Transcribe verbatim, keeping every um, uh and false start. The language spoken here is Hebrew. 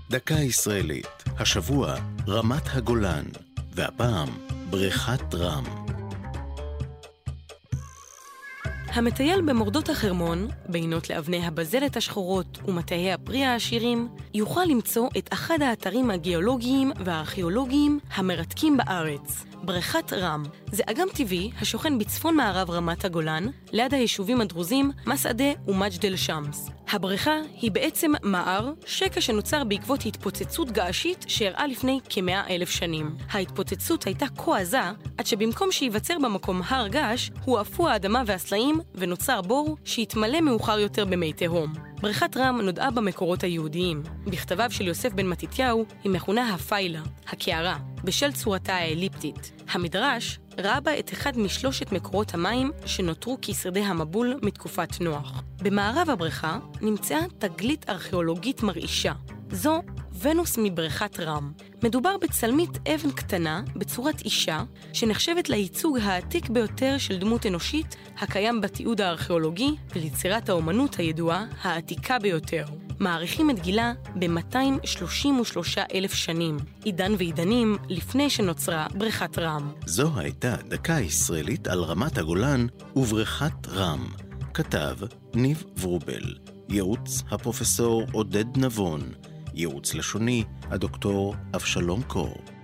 דקה ישראלית, השבוע רמת הגולן, והפעם בריכת רם. המטייל במורדות החרמון, בינות לאבני הבזלת השחורות ומטעי הפרי העשירים, יוכל למצוא את אחד האתרים הגיאולוגיים והארכיאולוגיים המרתקים בארץ, בריכת רם. זה אגם טבעי השוכן בצפון מערב רמת הגולן, ליד היישובים הדרוזים מסעדה ומג'דל שמס. הבריכה היא בעצם מער שקע שנוצר בעקבות התפוצצות געשית שאירעה לפני כמאה אלף שנים. ההתפוצצות הייתה כה עזה, עד שבמקום שיווצר במקום הר געש, הועפו האדמה והסלעים ונוצר בור שהתמלא מאוחר יותר במי תהום. בריכת רם נודעה במקורות היהודיים. בכתביו של יוסף בן מתתיהו היא מכונה הפיילה, הקערה, בשל צורתה האליפטית. המדרש ראה בה את אחד משלושת מקורות המים שנותרו כשרידי המבול מתקופת נוח. במערב הבריכה נמצאה תגלית ארכיאולוגית מרעישה. זו ונוס מבריכת רם. מדובר בצלמית אבן קטנה בצורת אישה, שנחשבת לייצוג העתיק ביותר של דמות אנושית הקיים בתיעוד הארכיאולוגי וליצירת האומנות הידועה העתיקה ביותר. מעריכים את גילה ב-מאתיים שלושים ושלושה אלף שנים, עידן ועידנים לפני שנוצרה בריכת רם. זו הייתה דקה ישראלית על רמת הגולן ובריכת רם. כתב ניב ורובל, ייעוץ הפרופסור עודד נבון, ייעוץ לשוני הדוקטור אבשלום קור.